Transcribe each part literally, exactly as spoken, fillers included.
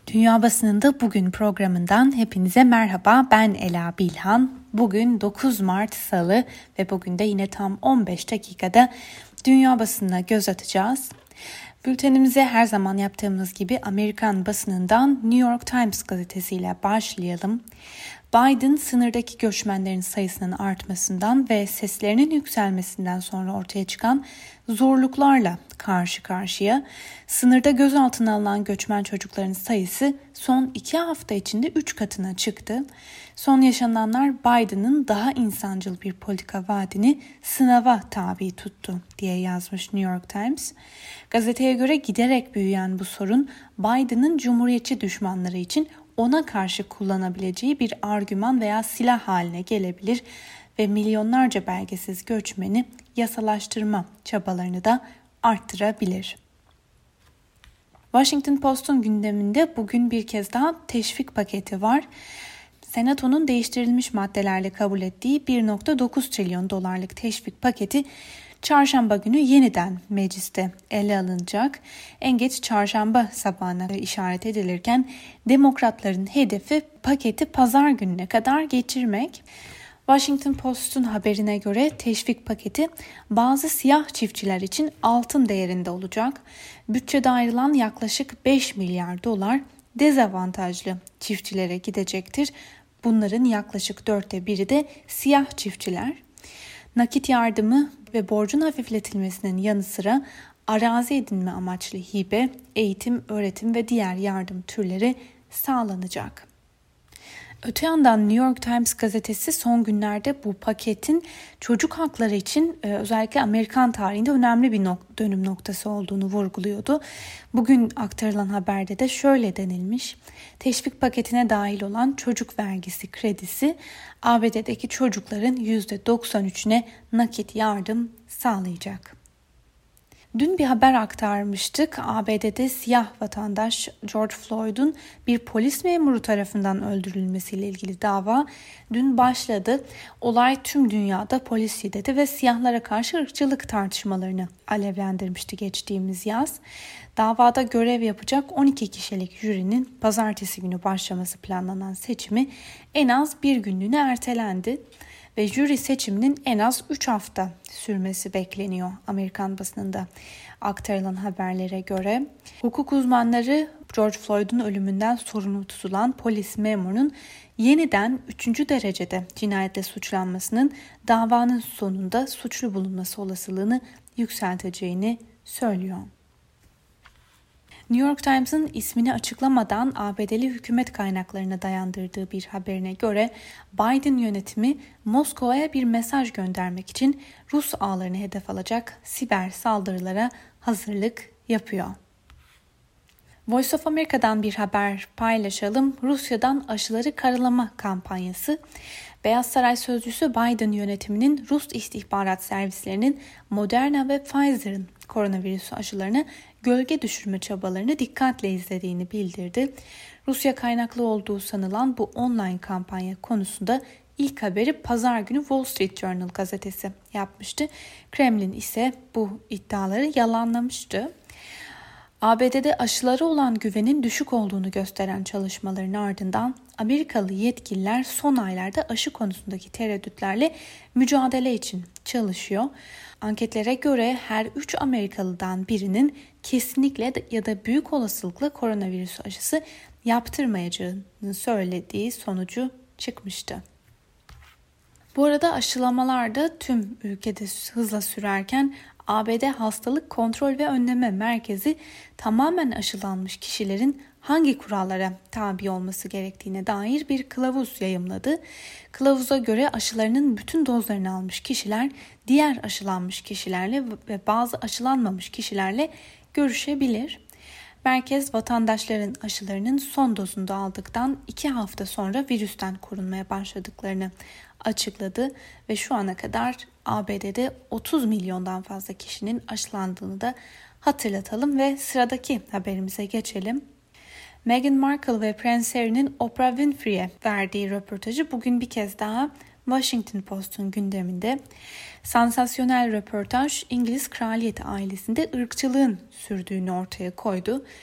Dünya Basınında Bugün programından hepinize merhaba. Ben Ela Bilhan. Bugün dokuz Mart Salı ve bugün de yine tam on beş dakikada dünya basınına göz atacağız. Bültenimize her zaman yaptığımız gibi Amerikan basınından New York Times gazetesiyle başlayalım. Biden sınırdaki göçmenlerin sayısının artmasından ve seslerinin yükselmesinden sonra ortaya çıkan zorluklarla karşı karşıya. Sınırda gözaltına alınan göçmen çocukların sayısı son iki hafta içinde üç katına çıktı. Son yaşananlar Biden'ın daha insancıl bir politika vaadini sınava tabi tuttu diye yazmış New York Times. Gazeteye göre giderek büyüyen bu sorun Biden'ın cumhuriyetçi düşmanları için ona karşı kullanabileceği bir argüman veya silah haline gelebilir ve milyonlarca belgesiz göçmeni yasalaştırma çabalarını da arttırabilir. Washington Post'un gündeminde bugün bir kez daha teşvik paketi var. Senato'nun değiştirilmiş maddelerle kabul ettiği bir virgül dokuz trilyon dolarlık teşvik paketi Çarşamba günü yeniden mecliste ele alınacak. En geç çarşamba sabahına işaret edilirken demokratların hedefi paketi pazar gününe kadar geçirmek. Washington Post'un haberine göre teşvik paketi bazı siyah çiftçiler için altın değerinde olacak. Bütçede ayrılan yaklaşık beş milyar dolar dezavantajlı çiftçilere gidecektir. Bunların yaklaşık dörtte biri de siyah çiftçiler. Nakit yardımı ve borcun hafifletilmesinin yanı sıra arazi edinme amaçlı hibe, eğitim, öğretim ve diğer yardım türleri sağlanacak. Öte yandan New York Times gazetesi son günlerde bu paketin çocuk hakları için özellikle Amerikan tarihinde önemli bir nok- dönüm noktası olduğunu vurguluyordu. Bugün aktarılan haberde de şöyle denilmiş: teşvik paketine dahil olan çocuk vergisi kredisi A B D'deki çocukların yüzde doksan üçüne nakit yardım sağlayacak. Dün bir haber aktarmıştık. A B D'de siyah vatandaş George Floyd'un bir polis memuru tarafından öldürülmesiyle ilgili dava dün başladı. Olay tüm dünyada polis şiddeti ve siyahlara karşı ırkçılık tartışmalarını alevlendirmişti geçtiğimiz yaz. Davada görev yapacak on iki kişilik jürinin pazartesi günü başlaması planlanan seçimi en az bir günlüğüne ertelendi. Ve jüri seçiminin en az üç hafta sürmesi bekleniyor Amerikan basınında aktarılan haberlere göre. Hukuk uzmanları George Floyd'un ölümünden sorumlu tutulan polis memurunun yeniden üçüncü derecede cinayetle suçlanmasının davanın sonunda suçlu bulunması olasılığını yükselteceğini söylüyor. New York Times'ın ismini açıklamadan A B D'li hükümet kaynaklarına dayandırdığı bir haberine göre Biden yönetimi Moskova'ya bir mesaj göndermek için Rus ağlarını hedef alacak siber saldırılara hazırlık yapıyor. Voice of America'dan bir haber paylaşalım. Rusya'dan aşıları karalama kampanyası. Beyaz Saray sözcüsü Biden yönetiminin Rus istihbarat servislerinin Moderna ve Pfizer'ın koronavirüs aşılarını gölge düşürme çabalarını dikkatle izlediğini bildirdi. Rusya kaynaklı olduğu sanılan bu online kampanya konusunda ilk haberi pazar günü Wall Street Journal gazetesi yapmıştı. Kremlin ise bu iddiaları yalanlamıştı. A B D'de aşılara olan güvenin düşük olduğunu gösteren çalışmaların ardından Amerikalı yetkililer son aylarda aşı konusundaki tereddütlerle mücadele için çalışıyor. Anketlere göre her üç Amerikalıdan birinin kesinlikle ya da büyük olasılıkla koronavirüs aşısı yaptırmayacağını söylediği sonucu çıkmıştı. Bu arada aşılamalar da tüm ülkede hızla sürerken A B D Hastalık Kontrol ve Önleme Merkezi tamamen aşılanmış kişilerin hangi kurallara tabi olması gerektiğine dair bir kılavuz yayımladı. Kılavuza göre aşılarının bütün dozlarını almış kişiler diğer aşılanmış kişilerle ve bazı aşılanmamış kişilerle görüşebilir. Merkez vatandaşların aşılarının son dozunu da aldıktan iki hafta sonra virüsten korunmaya başladıklarını açıkladı ve şu ana kadar A B D'de otuz milyondan fazla kişinin aşılandığını da hatırlatalım ve sıradaki haberimize geçelim. Meghan Markle ve Prince Harry'nin Oprah Winfrey'e verdiği röportajı bugün bir kez daha Washington Post'un gündeminde. Sansasyonel röportaj İngiliz kraliyet ailesinde ırkçılığın sürdüğünü ortaya koydu.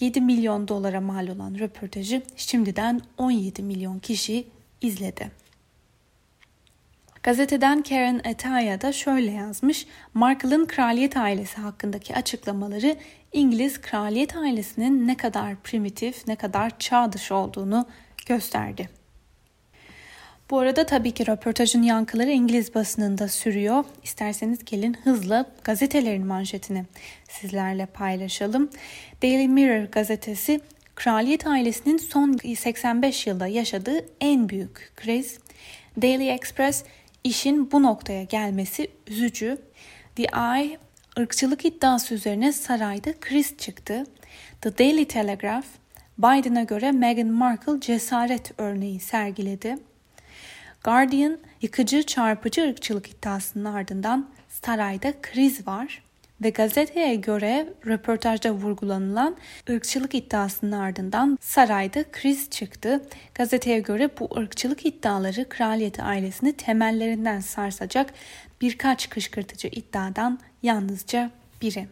yedi milyon dolara mal olan röportajı şimdiden on yedi milyon kişi izledi. Gazeteden Karen Ataya da şöyle yazmış: Markle'ın kraliyet ailesi hakkındaki açıklamaları İngiliz kraliyet ailesinin ne kadar primitif, ne kadar çağ dışı olduğunu gösterdi. Bu arada tabii ki röportajın yankıları İngiliz basınında sürüyor. İsterseniz gelin hızla gazetelerin manşetini sizlerle paylaşalım. Daily Mirror gazetesi, kraliyet ailesinin son seksen beş yılda yaşadığı en büyük kriz. Daily Express, işin bu noktaya gelmesi üzücü. The Eye, ırkçılık iddiası üzerine sarayda kriz çıktı. The Daily Telegraph, Biden'a göre Meghan Markle cesaret örneği sergiledi. Guardian, yıkıcı çarpıcı ırkçılık iddiasının ardından sarayda kriz var ve gazeteye göre röportajda vurgulanılan ırkçılık iddiasının ardından sarayda kriz çıktı. Gazeteye göre bu ırkçılık iddiaları kraliyet ailesini temellerinden sarsacak birkaç kışkırtıcı iddiadan yalnızca biri.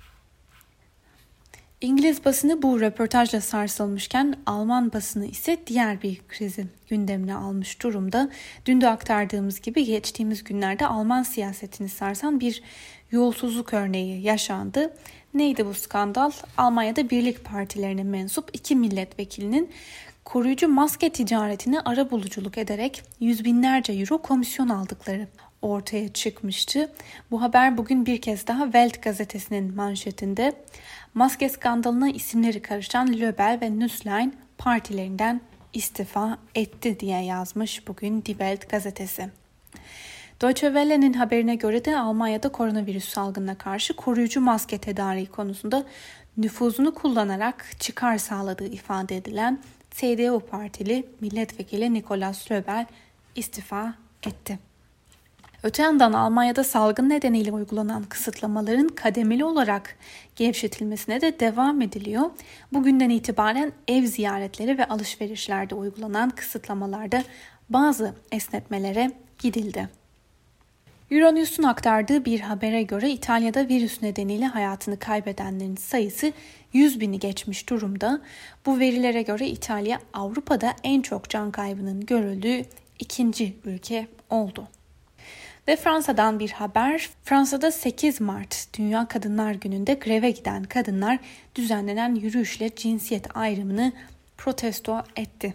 İngiliz basını bu röportajla sarsılmışken Alman basını ise diğer bir krizin gündemine almış durumda. Dün de aktardığımız gibi geçtiğimiz günlerde Alman siyasetini sarsan bir yolsuzluk örneği yaşandı. Neydi bu skandal? Almanya'da birlik partilerine mensup iki milletvekilinin koruyucu maske ticaretine arabuluculuk ederek yüz binlerce euro komisyon aldıkları ortaya çıkmıştı. Bu haber bugün bir kez daha Welt gazetesinin manşetinde. Maske skandalına isimleri karışan Löbel ve Nusslein partilerinden istifa etti diye yazmış bugün Die Welt gazetesi. Deutsche Welle'nin haberine göre de Almanya'da koronavirüs salgınına karşı koruyucu maske tedariği konusunda nüfuzunu kullanarak çıkar sağladığı ifade edilen C D U partili milletvekili Nikolaus Löbel istifa etti. Öte yandan Almanya'da salgın nedeniyle uygulanan kısıtlamaların kademeli olarak gevşetilmesine de devam ediliyor. Bugünden itibaren ev ziyaretleri ve alışverişlerde uygulanan kısıtlamalarda bazı esnetmelere gidildi. Euronews'un aktardığı bir habere göre İtalya'da virüs nedeniyle hayatını kaybedenlerin sayısı yüz bini geçmiş durumda. Bu verilere göre İtalya Avrupa'da en çok can kaybının görüldüğü ikinci ülke oldu. Ve Fransa'dan bir haber. Fransa'da sekiz Mart Dünya Kadınlar Günü'nde greve giden kadınlar düzenlenen yürüyüşle cinsiyet ayrımını protesto etti.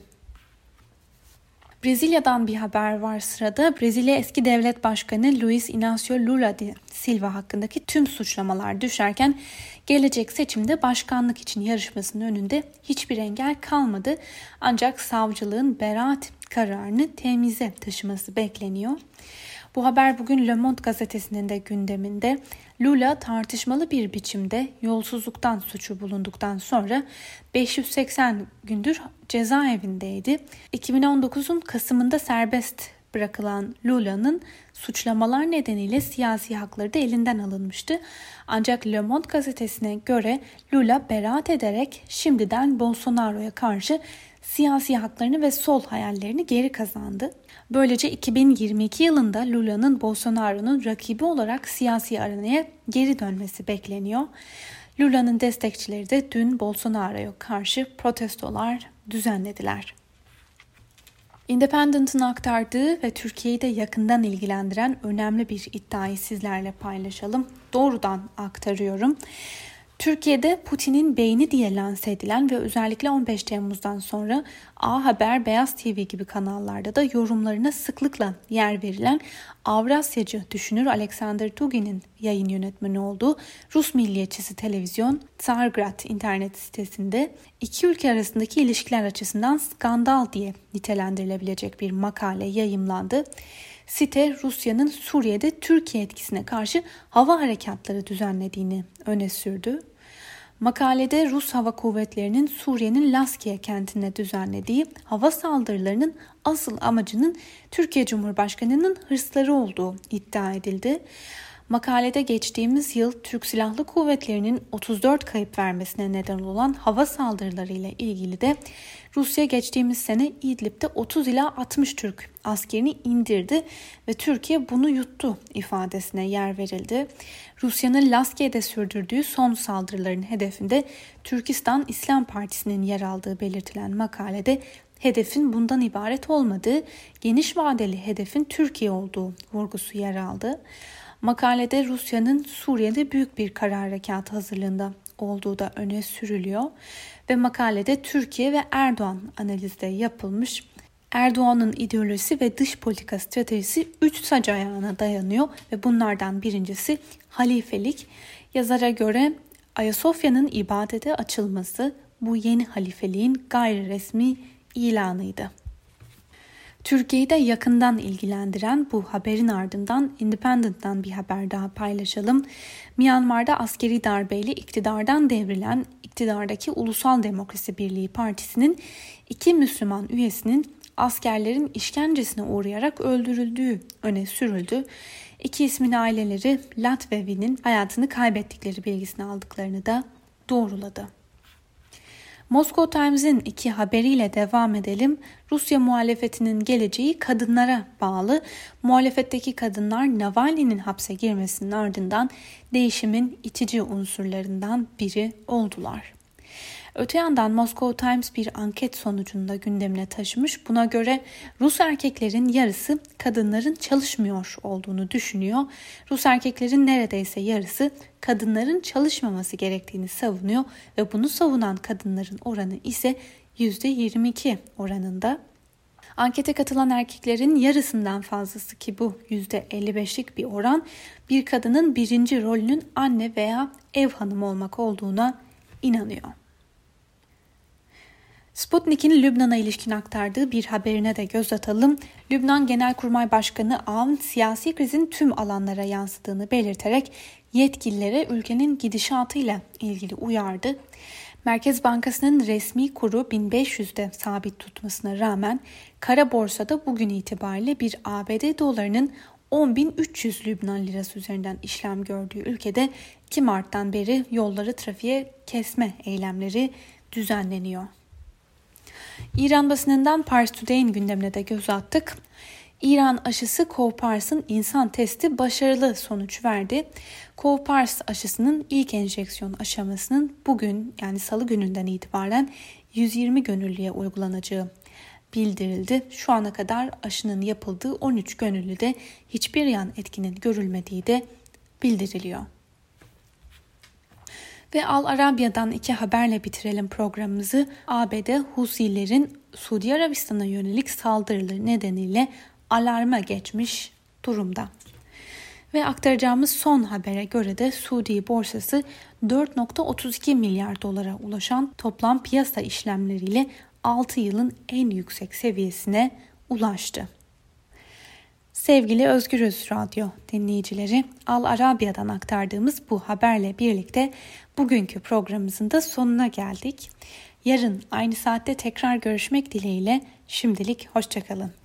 Brezilya'dan bir haber var sırada. Brezilya eski devlet başkanı Luiz Inácio Lula da Silva hakkındaki tüm suçlamalar düşerken gelecek seçimde başkanlık için yarışmasının önünde hiçbir engel kalmadı. Ancak savcılığın beraat kararını temize taşıması bekleniyor. Bu haber bugün Le Monde gazetesinin de gündeminde. Lula tartışmalı bir biçimde yolsuzluktan suçu bulunduktan sonra beş yüz seksen gündür cezaevindeydi. iki bin on dokuzun Kasım'ında serbest bırakılan Lula'nın suçlamalar nedeniyle siyasi hakları da elinden alınmıştı. Ancak Le Monde gazetesine göre Lula beraat ederek şimdiden Bolsonaro'ya karşı siyasi haklarını ve sol hayallerini geri kazandı. Böylece iki bin yirmi iki yılında Lula'nın Bolsonaro'nun rakibi olarak siyasi arenaya geri dönmesi bekleniyor. Lula'nın destekçileri de dün Bolsonaro'ya karşı protestolar düzenlediler. Independent'ın aktardığı ve Türkiye'yi de yakından ilgilendiren önemli bir iddiayı sizlerle paylaşalım. Doğrudan aktarıyorum. Türkiye'de Putin'in beyni diye lanse edilen ve özellikle on beş Temmuz'dan sonra A Haber, Beyaz T V gibi kanallarda da yorumlarına sıklıkla yer verilen Avrasyacı düşünür Alexander Dugin'in yayın yönetmeni olduğu Rus milliyetçisi televizyon Tsargrad internet sitesinde iki ülke arasındaki ilişkiler açısından skandal diye nitelendirilebilecek bir makale yayımlandı. Site Rusya'nın Suriye'de Türkiye etkisine karşı hava harekatları düzenlediğini öne sürdü. Makalede Rus Hava Kuvvetleri'nin Suriye'nin Laskiye kentine düzenlediği hava saldırılarının asıl amacının Türkiye Cumhurbaşkanı'nın hırsları olduğu iddia edildi. Makalede geçtiğimiz yıl Türk Silahlı Kuvvetleri'nin otuz dört kayıp vermesine neden olan hava saldırıları ile ilgili de Rusya geçtiğimiz sene İdlib'de otuz ila altmış Türk askerini indirdi ve Türkiye bunu yuttu ifadesine yer verildi. Rusya'nın Laskiye'de sürdürdüğü son saldırıların hedefinde Türkistan İslam Partisi'nin yer aldığı belirtilen makalede hedefin bundan ibaret olmadığı, geniş vadeli hedefin Türkiye olduğu vurgusu yer aldı. Makalede Rusya'nın Suriye'de büyük bir kara harekatı hazırlığında olduğu da öne sürülüyor ve makalede Türkiye ve Erdoğan analizde yapılmış. Erdoğan'ın ideolojisi ve dış politika stratejisi üç sac ayağına dayanıyor ve bunlardan birincisi halifelik. Yazara göre Ayasofya'nın ibadete açılması bu yeni halifeliğin gayri resmi ilanıydı. Türkiye'yi de yakından ilgilendiren bu haberin ardından Independent'tan bir haber daha paylaşalım. Myanmar'da askeri darbeyle iktidardan devrilen iktidardaki Ulusal Demokrasi Birliği Partisi'nin iki Müslüman üyesinin askerlerin işkencesine uğrayarak öldürüldüğü öne sürüldü. İki ismin aileleri Lat ve Win'in hayatını kaybettikleri bilgisini aldıklarını da doğruladı. Moscow Times'in iki haberiyle devam edelim. Rusya muhalefetinin geleceği kadınlara bağlı. Muhalefetteki kadınlar Navalny'nin hapse girmesinin ardından değişimin itici unsurlarından biri oldular. Öte yandan Moscow Times bir anket sonucunda gündemine taşımış. Buna göre Rus erkeklerin yarısı kadınların çalışmıyor olduğunu düşünüyor. Rus erkeklerin neredeyse yarısı kadınların çalışmaması gerektiğini savunuyor ve bunu savunan kadınların oranı ise yüzde yirmi iki oranında. Ankete katılan erkeklerin yarısından fazlası, ki bu yüzde elli beşlik bir oran, bir kadının birinci rolünün anne veya ev hanımı olmak olduğuna inanıyor. Sputnik'in Lübnan'a ilişkin aktardığı bir haberine de göz atalım. Lübnan Genelkurmay Başkanı Avn siyasi krizin tüm alanlara yansıdığını belirterek yetkililere ülkenin gidişatıyla ilgili uyardı. Merkez Bankası'nın resmi kuru bin beş yüzde sabit tutmasına rağmen kara borsada bugün itibariyle bir A B D dolarının on bin üç yüz Lübnan lirası üzerinden işlem gördüğü ülkede iki Mart'tan beri yolları trafiğe kesme eylemleri düzenleniyor. İran basınından Pars Today'in gündemine de göz attık. İran aşısı Covpars'ın insan testi başarılı sonuç verdi. Covpars aşısının ilk enjeksiyon aşamasının bugün, yani salı gününden itibaren yüz yirmi gönüllüye uygulanacağı bildirildi. Şu ana kadar aşının yapıldığı on üç gönüllüde hiçbir yan etkinin görülmediği de bildiriliyor. Ve Al Arabya'dan iki haberle bitirelim programımızı. A B D Husilerin Suudi Arabistan'a yönelik saldırıları nedeniyle alarma geçmiş durumda. Ve aktaracağımız son habere göre de Suudi borsası dört virgül otuz iki milyar dolara ulaşan toplam piyasa işlemleriyle altı yılın en yüksek seviyesine ulaştı. Sevgili Özgürüz Radyo dinleyicileri, Al Arabya'dan aktardığımız bu haberle birlikte bugünkü programımızın da sonuna geldik. Yarın aynı saatte tekrar görüşmek dileğiyle şimdilik hoşça kalın.